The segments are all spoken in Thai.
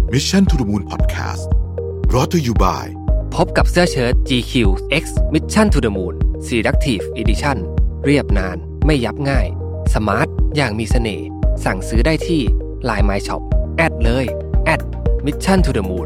Mission to the Moon Podcast brought to you by พบกับเสื้อเชิ้ต GQ X Mission to the Moon Selective Edition เรียบนานไม่ยับง่ายสมาร์ทอย่างมีเสน่ห์สั่งซื้อได้ที่ LINE My Shop แอดเลย @Mission to the Moon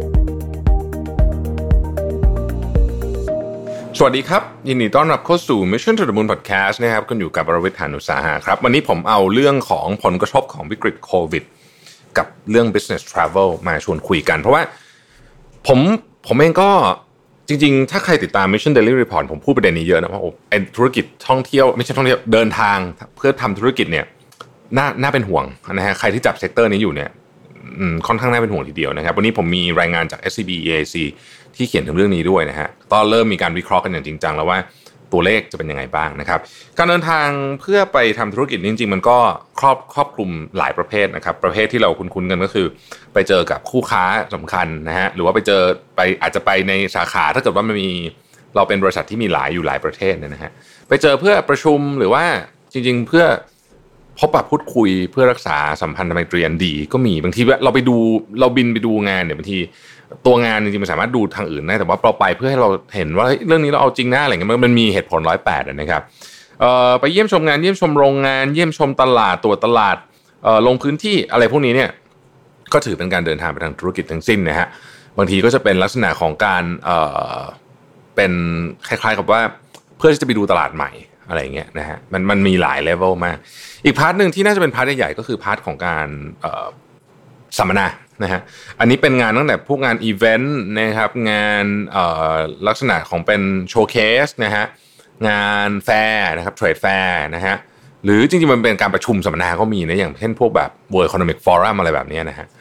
สวัสดีครับยินดีต้อนรับเข้าสู่ Mission to the Moon Podcast นะครับคุณอยู่กับอรวิทย์ หาญอุตสาหะครับวันนี้ผมเอาเรื่องของผลกระทบของวิกฤตโควิดกับเรื่อง business travel มาชวนคุยกันเพราะว่าผมเองก็จริงๆถ้าใครติดตาม Mission Daily Report ผมพูดประเด็นนี้เยอะนะเพราะไอ้ธุรกิจท่องเที่ยวไม่ใช่ท่องเที่ยวเดินทางเพื่อทำธุรกิจเนี่ยน่าเป็นห่วงนะฮะใครที่จับเซกเตอร์นี้อยู่เนี่ยค่อนข้างน่าเป็นห่วงทีเดียวนะครับวันนี้ผมมีรายงานจาก SCB EAC ที่เขียนถึงเรื่องนี้ด้วยนะฮะก็เริ่มมีการวิเคราะห์กันอย่างจริงจังแล้วว่าตัวเลขจะเป็นยังไงบ้างนะครับการเดินทางเพื่อไปทำธุรกิจจริงๆมันก็ครอบคลุมหลายประเภทนะครับประเภทที่เราคุ้นๆกันก็คือไปเจอกับคู่ค้าสำคัญนะฮะหรือว่าอาจจะไปในสาขาถ้าเกิดว่ามันมีเราเป็นบริษัทที่มีหลายประเทศเนี่ยนะฮะไปเจอเพื่อประชุมหรือว่าจริงๆเพื่อพบปะพูดคุยเพื่อรักษาสัมพันธไมตรีอันดีก็มีบางทีเราบินไปดูงานเนี่ยบางทีตัวงานจริงๆมันสามารถดูทางอื่นได้แต่ว่าเราไปเพื่อให้เราเห็นว่าเรื่องนี้เราเอาจริงนะอะไรเงี้ยมันมีเหตุผล108นะครับไปเยี่ยมชมงานเยี่ยมชมโรงงานเยี่ยมชมตลาดตรวจตลาดลงพื้นที่อะไรพวกนี้เนี่ยก็ถือเป็นการเดินทางไปทางธุรกิจทั้งสิ้นนะฮะบางทีก็จะเป็นลักษณะของการเป็นคล้ายๆกับว่าเพื่อที่จะไปดูตลาดใหม่อะไรเงี้ยนะฮะมันมีหลายเลเวลมากอีกพาร์ทนึงที่น่าจะเป็นพาร์ทใหญ่ๆก็คือพาร์ทของการสัมมนานะฮะอันนี้เป็นงานตั้งแต่พวกงานอีเวนต์นะครับงานลักษณะของเป็นโชว์เคสนะฮะงานแฟร์นะครับเทรดแฟร์นะฮะหรือจริงๆมันเป็นการประชุมสัมมนาก็มีนะอย่างเช่นพวกแบบ World Economic Forum อะไรแบบนี้นะฮะ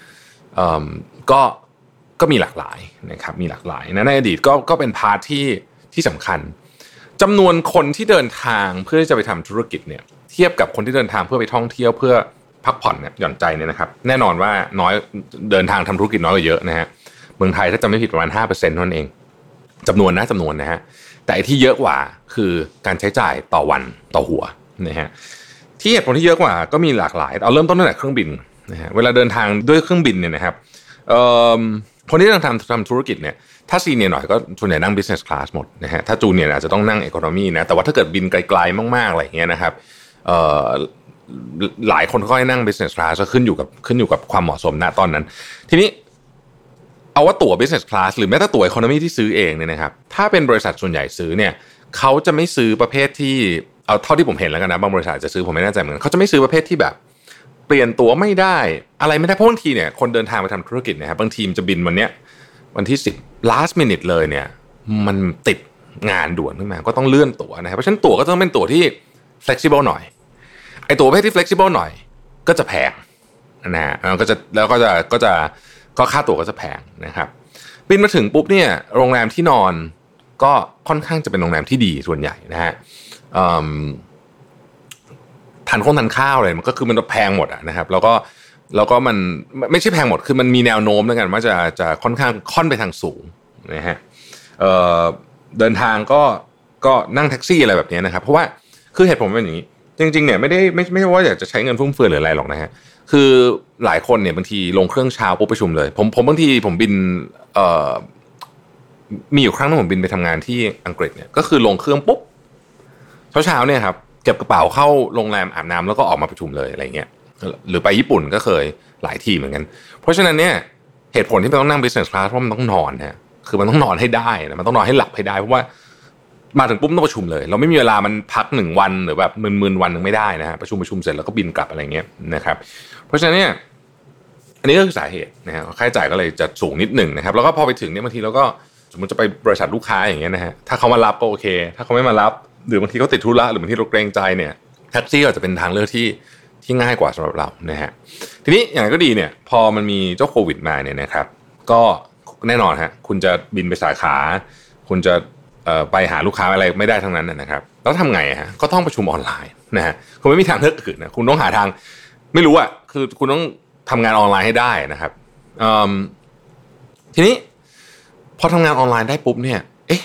ก็มีหลากหลายนะครับมีหลากหลายนะในอดีตก็เป็นพาร์ทที่สำคัญจำนวนคนที่เดินทางเพื่อจะไปทำธุรกิจเนี่ยเทียบกับคนที่เดินทางเพื่อไปท่องเที่ยวเพื่อพักผ่อนเนี่ยหย่อนใจเนี่ยนะครับแน่นอนว่าน้อยเดินทางทำธุรกิจน้อยกว่าเยอะนะฮะเมืองไทยถ้าจำไม่ผิดประมาณ 5% เท่านั้นเองจำนวนนะฮะแต่ไอ้ที่เยอะกว่าคือการใช้จ่ายต่อวันต่อหัวนะฮะที่เหตุผลที่เยอะกว่าก็มีหลากหลายเอาเริ่มต้นตั้งแต่เครื่องบินนะฮะเวลาเดินทางด้วยเครื่องบินเนี่ยนะครับคนที่ทำธุรกิจเนี่ยถ้าซีเนียร์หน่อยก็ส่วนใหญ่นั่ง business class หมดนะฮะถ้าจูเนียร์อาจจะต้องนั่ง economy นะแต่ว่าถ้าเกิดบินไกลๆมากๆอะไรอย่างเงี้ยนะครับหลายคนก็ให้นั่ง business class ก็ขึ้นอยู่กับความเหมาะสมณตอนนั้นทีนี้เอาว่าตั๋ว business class หรือแม้แต่ตั๋ว economy ที่ซื้อเองเนี่ยนะครับถ้าเป็นบริษัทส่วนใหญ่ซื้อเนี่ยเขาจะไม่ซื้อประเภทที่เอาเท่าที่ผมเห็นแล้วกันนะบางบริษัทจะซื้อผมไม่แน่ใจเหมือนกันเขาจะไม่ซื้อประเภทที่แบบเปลี่ยนตั๋วไม่ได้อะไรไม่ได้เพราะบางทีเนี่ยคนเดินทางไปทำธุรกิจนะครับบางทีมจะบินวันที่10 last minute เลยเนี่ยมันติดงานด่วนขึ้นมาก็ต้องเลื่อนตั๋วนะครับเพราะฉะนั้นตั๋วก็ต้องเป็นตั๋วที่ flexible หน่อยไอ้ตั๋วประเภทที่ flexible หน่อยก็จะแพงนะฮะก็ค่าตั๋วก็จะแพงนะครับบินมาถึงปุ๊บเนี่ยโรงแรมที่นอนก็ค่อนข้างจะเป็นโรงแรมที่ดีส่วนใหญ่นะฮะทานข้าวอะไรมันก็คือมันแพงหมดนะครับแล้วก็มันไม่ใช่แพงหมดคือมันมีแนวโน้มด้วยกันว่าจะค่อนข้างค่อนไปทางสูงนะฮะเดินทางก็นั่งแท็กซี่อะไรแบบนี้นะครับเพราะว่าคือเหตุผลเป็นอย่างนี้จริงๆเนี่ยไม่ว่าอยากจะใช้เงินฟุ่มเฟือยหรืออะไรหรอกนะฮะคือหลายคนเนี่ยบางทีลงเครื่องเช้าปุ๊บประชุมเลยผมบางทีผมบินมีอยู่ครั้งนึงผมบินไปทำงานที่อังกฤษเนี่ยก็คือลงเครื่องปุ๊บเช้าเนี่ยครับเก็บกระเป๋าเข้าโรงแรมอาบน้ำแล้วก็ออกมาประชุมเลยอะไรเงี้ยหรือไปญี่ปุ่นก็เคยหลายที่เหมือนกันเพราะฉะนั้นเนี่ยเหตุผลที่มันต้องนั่ง business class เพราะมันต้องนอนนะคือมันต้องนอนให้ได้นะมันต้องนอนให้หลับให้ได้เพราะว่ามาถึงปุ๊บต้องประชุมเลยเราไม่มีเวลามันพัก1วันหรือแบบมึนวันนึงไม่ได้นะฮะประชุมเสร็จแล้วก็บินกลับอะไรเงี้ยนะครับเพราะฉะนั้นเนี่ยอันนี้ก็คือสาเหตุนะฮะค่าใช้จ่ายก็เลยจะสูงนิดหนึ่งนะครับแล้วก็พอไปถึงเนี่ยบางทีเราก็สมมติจะไปบริษัทลูกค้าอย่างเงี้ยนะฮะถ้าเขามารับก็โอเคถ้าเขาไม่มารับหรือบางทีเขาติดธุระหรือบางทีเราเกรงใจเนี่ยแท็กซี่ก็จะเป็นทางเลือกที่ง่ายกว่าสำหรับเรานะฮะทีนี้อย่างไรก็ดีเนี่ยพอมันมีเจ้าโควิดมาเนี่ยนะครับก็แน่นอนฮะคุณจะบินไปสาขาคุณจะไปหาลูกค้าอะไรไม่ได้ทั้งนั้นนะครับแล้วทำไงฮะก็ต้องประชุมออนไลน์นะฮะคุณไม่มีทางเลือกอื่นนะคุณต้องหาทางไม่รู้อ่ะคือคุณต้องทำงานออนไลน์ให้ได้นะครับทีนี้พอทำงานออนไลน์ได้ปุ๊บเนี่ย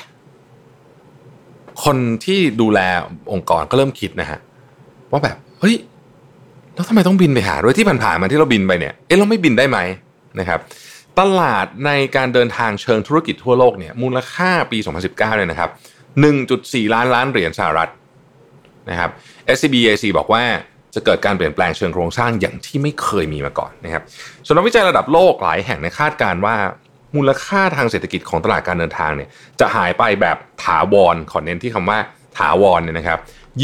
คนที่ดูแลองค์กรก็เริ่มคิดนะฮะว่าแบบเฮ้ยแล้วทำไมต้องบินไปหาด้วยที่ผ่านๆมาที่เราบินไปเนี่ยเราไม่บินได้ไหมนะครับตลาดในการเดินทางเชิงธุรกิจทั่วโลกเนี่ยมูลค่าปี2019เนี่ยนะครับ 1.4 ล้านล้านเหรียญสหรัฐนะครับ SCBAC บอกว่าจะเกิดการเปลี่ยนแปลงเชิงโครงสร้างอย่างที่ไม่เคยมีมาก่อนนะครับส่วนนักวิจัยระดับโลกหลายแห่งในคาดการณ์ว่ามูลค่าทางเศรษฐกิจของตลาดการเดินทางเนี่ยจะหายไปแบบถาวรขอเน้นที่คำว่าถาวรเนี่ยนะครับ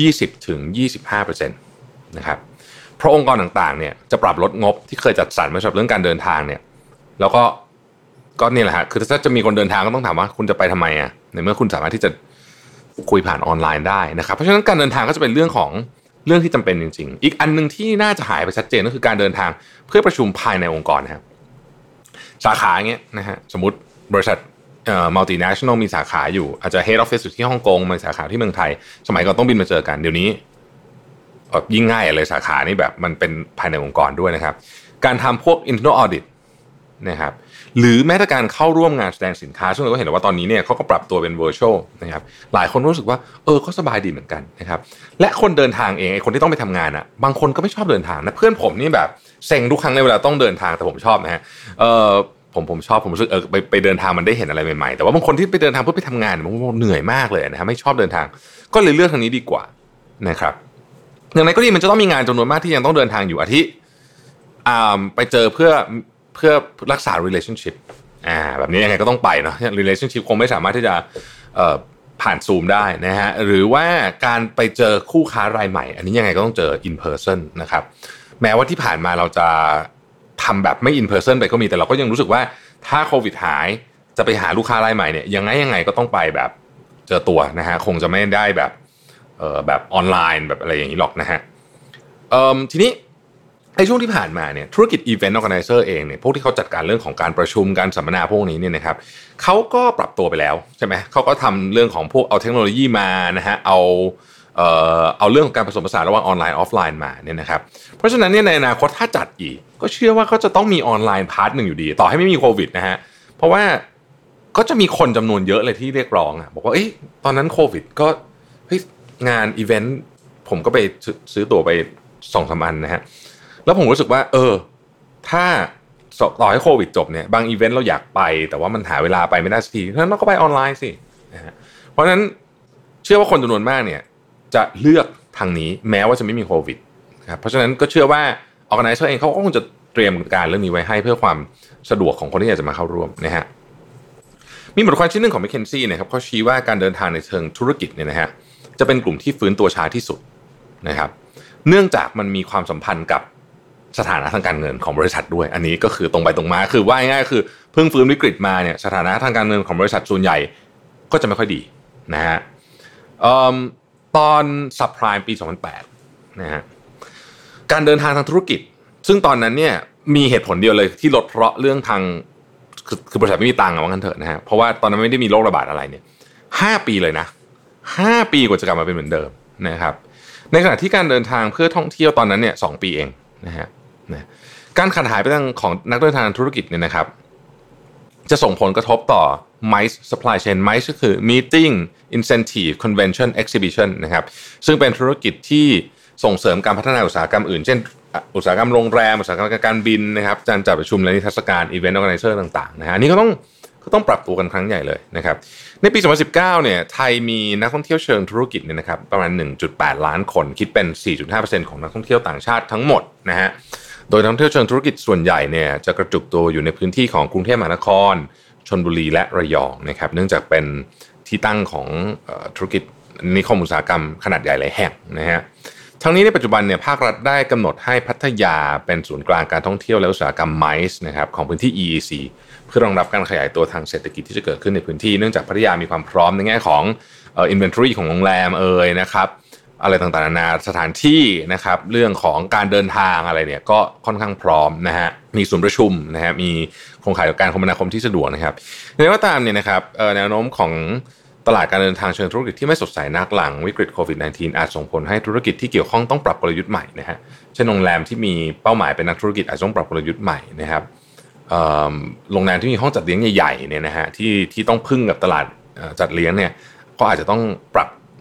20-25% นะครับเพราะองค์กรต่างๆเนี่ยจะปรับลดงบที่เคยจัดสรรมาสำหรับเรื่องการเดินทางเนี่ยแล้วก็นี่แหละฮะคือถ้าจะมีคนเดินทางก็ต้องถามว่าคุณจะไปทำไมอ่ะในเมื่อคุณสามารถที่จะคุยผ่านออนไลน์ได้นะครับเพราะฉะนั้นการเดินทางก็จะเป็นเรื่องที่จำเป็นจริงๆอีกอันนึงที่น่าจะหายไปชัดเจนก็คือการเดินทางเพื่อประชุมภายในองค์กรนะครับสาขาอย่างเงี้ยนะฮะสมมุติบริษัทmultinational มีสาขาอยู่อาจจะ head office อยู่ที่ฮ่องกงมีสาขาที่เมืองไทยสมัยก่อนต้องบินมาเจอกันเดี๋ยวนี้ยิ่งง่ายเลยสาขานี่แบบมันเป็นภายในองค์กรด้วยนะครับการทำพวก internal audit นะครับหรือแม้แต่การเข้าร่วมงานแสดงสินค้าซึ่งเราก็เห็นว่าตอนนี้เนี่ยเขาก็ปรับตัวเป็น virtual นะครับหลายคนรู้สึกว่าก็สบายดีเหมือนกันนะครับและคนเดินทางเองไอ้คนที่ต้องไปทำงานอ่ะบางคนก็ไม่ชอบเดินทางนะเพื่อนผมนี่แบบเซ็งทุกครั้งในเวลาต้องเดินทางแต่ผมชอบนะฮะผมชอบผมรู้สึกไปเดินทางมันได้เห็นอะไรใหม่ๆแต่ว่าบางคนที่ไปเดินทางเพื่อไปทำงานมันเหนื่อยมากเลยนะฮะไม่ชอบเดินทางก็เลยเลือกทางนี้ดีกว่านะครับอย่างไรก็ดีมันจะต้องมีงานจำนวนมากที่ยังต้องเดินทางอยู่อาทิไปเจอเพื่อรักษา relationship แบบนี้ยังไงก็ต้องไปเนาะ relationship คงไม่สามารถที่จะผ่านซูมได้นะฮะหรือว่าการไปเจอคู่ค้ารายใหม่อันนี้ยังไงก็ต้องเจอ in person นะครับแม้ว่าที่ผ่านมาเราจะทำแบบไม่ in person ไปก็มีแต่เราก็ยังรู้สึกว่าถ้าโควิดหายจะไปหาลูกค้ารายใหม่เนี่ยยังไงก็ต้องไปแบบเจอตัวนะฮะคงจะไม่ได้แบบแบบออนไลน์แบบอะไรอย่างนี้หรอกนะฮะทีนี้ในช่วงที่ผ่านมาเนี่ยธุรกิจ Event Organizer เองเนี่ยพวกที่เขาจัดการเรื่องของการประชุมการสัมมนาพวกนี้เนี่ยนะครับเขาก็ปรับตัวไปแล้วใช่ไหมเขาก็ทำเรื่องของพวกเอาเทคโนโลยีมานะฮะเอาเรื่องของการผสมผสานระหว่างออนไลน์ออฟไลน์มาเนี่ยนะครับเพราะฉะนั้นเนี่ยในอนาคตถ้าจัดอีกก็เชื่อว่าก็จะต้องมีออนไลน์พาร์ทหนึ่งอยู่ดีต่อให้ไม่มีโควิดนะฮะเพราะว่าก็จะมีคนจำนวนเยอะเลยที่เรียกร้องบอกว่าตอนนั้นโควิดก็งานอีเวนต์ผมก็ไปซื้อตั๋วไป 2-3 อันนะฮะแล้วผมรู้สึกว่าถ้าต่อให้โควิดจบเนี่ยบางอีเวนต์เราอยากไปแต่ว่ามันหาเวลาไปไม่ได้สักทีเพราะฉะนั้นเราก็ไปออนไลน์สินะฮะเพราะฉะนั้นเชื่อว่าคนจำนวนมากเนี่ยจะเลือกทางนี้แม้ว่าจะไม่มีโควิดครับเพราะฉะนั้นก็เชื่อว่า Organizer เองเขาก็คงจะเตรียมการเรื่องนี้ไว้ให้เพื่อความสะดวกของคนที่อยากจะมาเข้าร่วมนะฮะมีบทความชิ้นหนึ่งของ McKinsey นะครับเขาชี้ว่าการเดินทางในเชิงธุรกิจเนี่ยนะฮะจะเป็นกลุ่มที่ฟื้นตัวช้าที่สุดนะครับเนื่องจากมันมีความสัมพันธ์กับสถานะทางการเงินของบริษัทด้วยอันนี้ก็คือตรงไปตรงมาคือว่าง่ายๆคือเพิ่งฟื้นวิกฤตมาเนี่ยสถานะทางการเงินของบริษัทส่วนใหญ่ก็จะไม่ค่อยดีนะฮะตอนซับไพรม์ปี2008นะฮะการเดินทางทางธุรกิจซึ่งตอนนั้นเนี่ยมีเหตุผลเดียวเลยที่ลดเพราะเรื่องทางคือบริษัทไม่มีตังค์ว่างั้นเถอะนะฮะเพราะว่าตอนนั้นไม่ได้มีโรคระบาดอะไรเนี่ย5 ปีเลยนะ5 ปีกว่าจะกลับมาเป็นเหมือนเดิมนะครับในขณะที่การเดินทางเพื่อท่องเที่ยวตอนนั้นเนี่ย2 ปีเองนะฮะการขาดหายไปของนักเดินทางธุรกิจเนี่ยนะครับจะส่งผลกระทบต่อ MICE supply chain MICE ก็คือ meeting incentive convention exhibition นะครับซึ่งเป็นธุรกิจที่ส่งเสริมการพัฒนาอุตสาหกรรมอื่นเช่นอุตสาหกรรมโรงแรมอุตสาหกรรมการบินนะครับการจัดประชุมและนิทรรศการ event organizer ต่างๆนะฮะนี่ก็ต้องปรับตัวกันครั้งใหญ่เลยนะครับในปี2019เนี่ยไทยมีนักท่องเที่ยวเชิงธุรกิจเนี่ยนะครับประมาณ 1.8 ล้านคนคิดเป็น 4.5% ของนักท่องเที่ยวต่างชาติทั้งหมดนะฮะโดยนักท่องเที่ยวเชิงธุรกิจส่วนใหญ่เนี่ยจะกระจุกตัวอยู่ในพื้นที่ของกรุงเทพมหานครชลบุรีและระยองนะครับเนื่องจากเป็นที่ตั้งของธุรกิจนิคมอุตสาหกรรมขนาดใหญ่หลายแห่งนะฮะทั้งนี้ในปัจจุบันเนี่ยภาครัฐได้กำหนดให้พัทยาเป็นศูนย์กลางการท่องเที่ยวและอุตสาหกรรม MICE นะครับของพื้นที่ EEC เพื่อรองรับการขยายตัวทางเศรษฐกิจที่จะเกิดขึ้นในพื้นที่เนื่องจากพัทยามีความพร้อมในแง่ของinventory ของโรงแรมนะครับอะไรต่างๆนานาสถานที่นะครับเรื่องของการเดินทางอะไรเนี่ยก็ค่อนข้างพร้อมนะฮะมีศูนย์ประชุมนะฮะมีโครงข่ายการคมนาคมที่สะดวกนะครับในว่าตามเนี่ยนะครับแนวโน้มของตลาดการเดินทางเชิงธุรกิจที่ไม่สดใสนักหลังวิกฤตโควิด -19 อาจส่งผลให้ธุรกิจที่เกี่ยวข้องต้องปรับกลยุทธ์ใหม่นะฮะเช่นโรงแรมที่มีเป้าหมายเป็นนักธุรกิจอาจต้องปรับกลยุทธ์ใหม่นะครับโรงแรมที่มีห้องจัดเลี้ยงใหญ่ๆเนี่ยนะฮะที่ต้องพึ่งกับตลาดจัดเลี้ยงเนี่ยก็อาจจะต้องป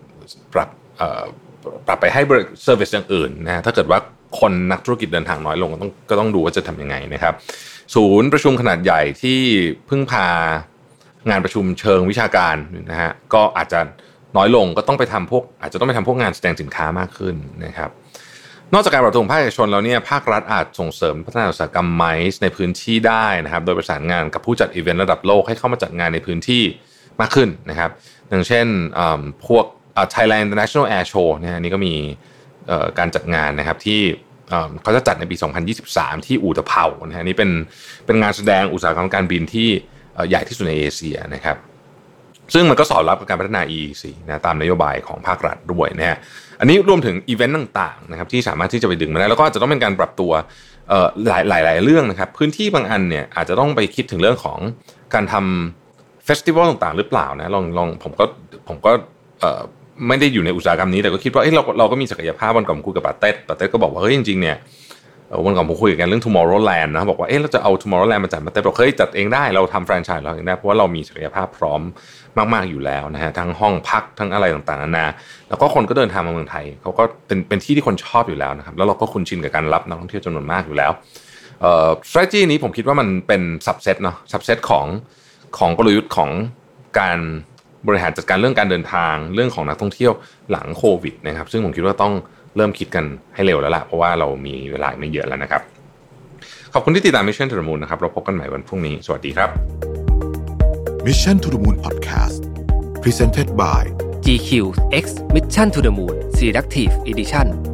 รับไปให้เซอร์วิสอย่างอื่นนะถ้าเกิดว่าคนนักธุรกิจเดินทางน้อยลงก็ต้องดูว่าจะทำยังไงนะครับศูนย์ประชุมขนาดใหญ่ที่พึ่งพางานประชุมเชิงวิชาการนะฮะก็อาจจะน้อยลงก็ต้องไปทำอาจจะต้องไปทำพวกงานแสดงสินค้ามากขึ้นนะครับนอกจากการปรับตัวของภาคเอกชนแล้วเนี่ยภาครัฐอาจส่งเสริมพัฒนาอุตสาหกรรมไมซ์ในพื้นที่ได้นะครับโดยประสานงานกับผู้จัดอีเวนต์ระดับโลกให้เข้ามาจัดงานในพื้นที่มากขึ้นนะครับอย่างเช่นพวกThailand International Air Show เนี่ยอันนี้ก็มีการจัดงานนะครับที่เขาจะจัดในปี2023ที่อู่ตะเภานะฮะนี่เป็นงานแสดงอุตสาหกรรมการบินที่ใหญ่ที่สุดในเอเชียนะครับซึ่งมันก็สอดรับกับการพัฒนา EEC นะตามนโยบายของภาครัฐด้วยนะฮะอันนี้รวมถึงอีเวนต์ต่างๆนะครับที่สามารถที่จะไปดึงมาได้แล้วก็อาจจะต้องเป็นการปรับตัวหลายเรื่องนะครับพื้นที่บางอันเนี่ยอาจจะต้องไปคิดถึงเรื่องของการทำเฟสติวัลต่างๆหรือเปล่านะลองผมก็ไม่ได้อยู่ในอุตสาหกรรมนี้แต่ก็คิดว่าเราก็มีศักยภาพวันก่อนคุยกับปาเต้ก็บอกว่าเฮ้ยจริงๆเนี่ยวันก่อนผมคุยกันเรื่อง Tomorrowland นะบอกว่าเราจะเอา Tomorrowland มาจัดปาเต้บอกเฮ้ยจัดเองได้เราทำแฟรนไชส์เราเองได้เพราะว่าเรามีศักยภาพพร้อมมากๆอยู่แล้วนะฮะทั้งห้องพักทั้งอะไรต่างๆนานาแล้วก็คนก็เดินทางมาเมืองไทยเขาก็เป็นที่ที่คนชอบอยู่แล้วนะครับแล้วเราก็คุ้นชินกับการรับนักท่องเที่ยวจำนวนมากอยู่แล้วstrategy นี้ผมคิดว่ามันเป็น subset เนาะ subset ของกลยุทธ์ของการบริหารจัดการเรื่องการเดินทางเรื่องของนักท่องเที่ยวหลังโควิดนะครับซึ่งผมคิดว่าต้องเริ่มคิดกันให้เร็วแล้วล่ะเพราะว่าเรามีเวลาไม่เยอะแล้วนะครับขอบคุณที่ติดตาม Mission to the Moon นะครับเราพบกันใหม่วันพรุ่งนี้สวัสดีครับ Mission to the Moon Podcast Presented by GQ X Mission to the Moon Selective Edition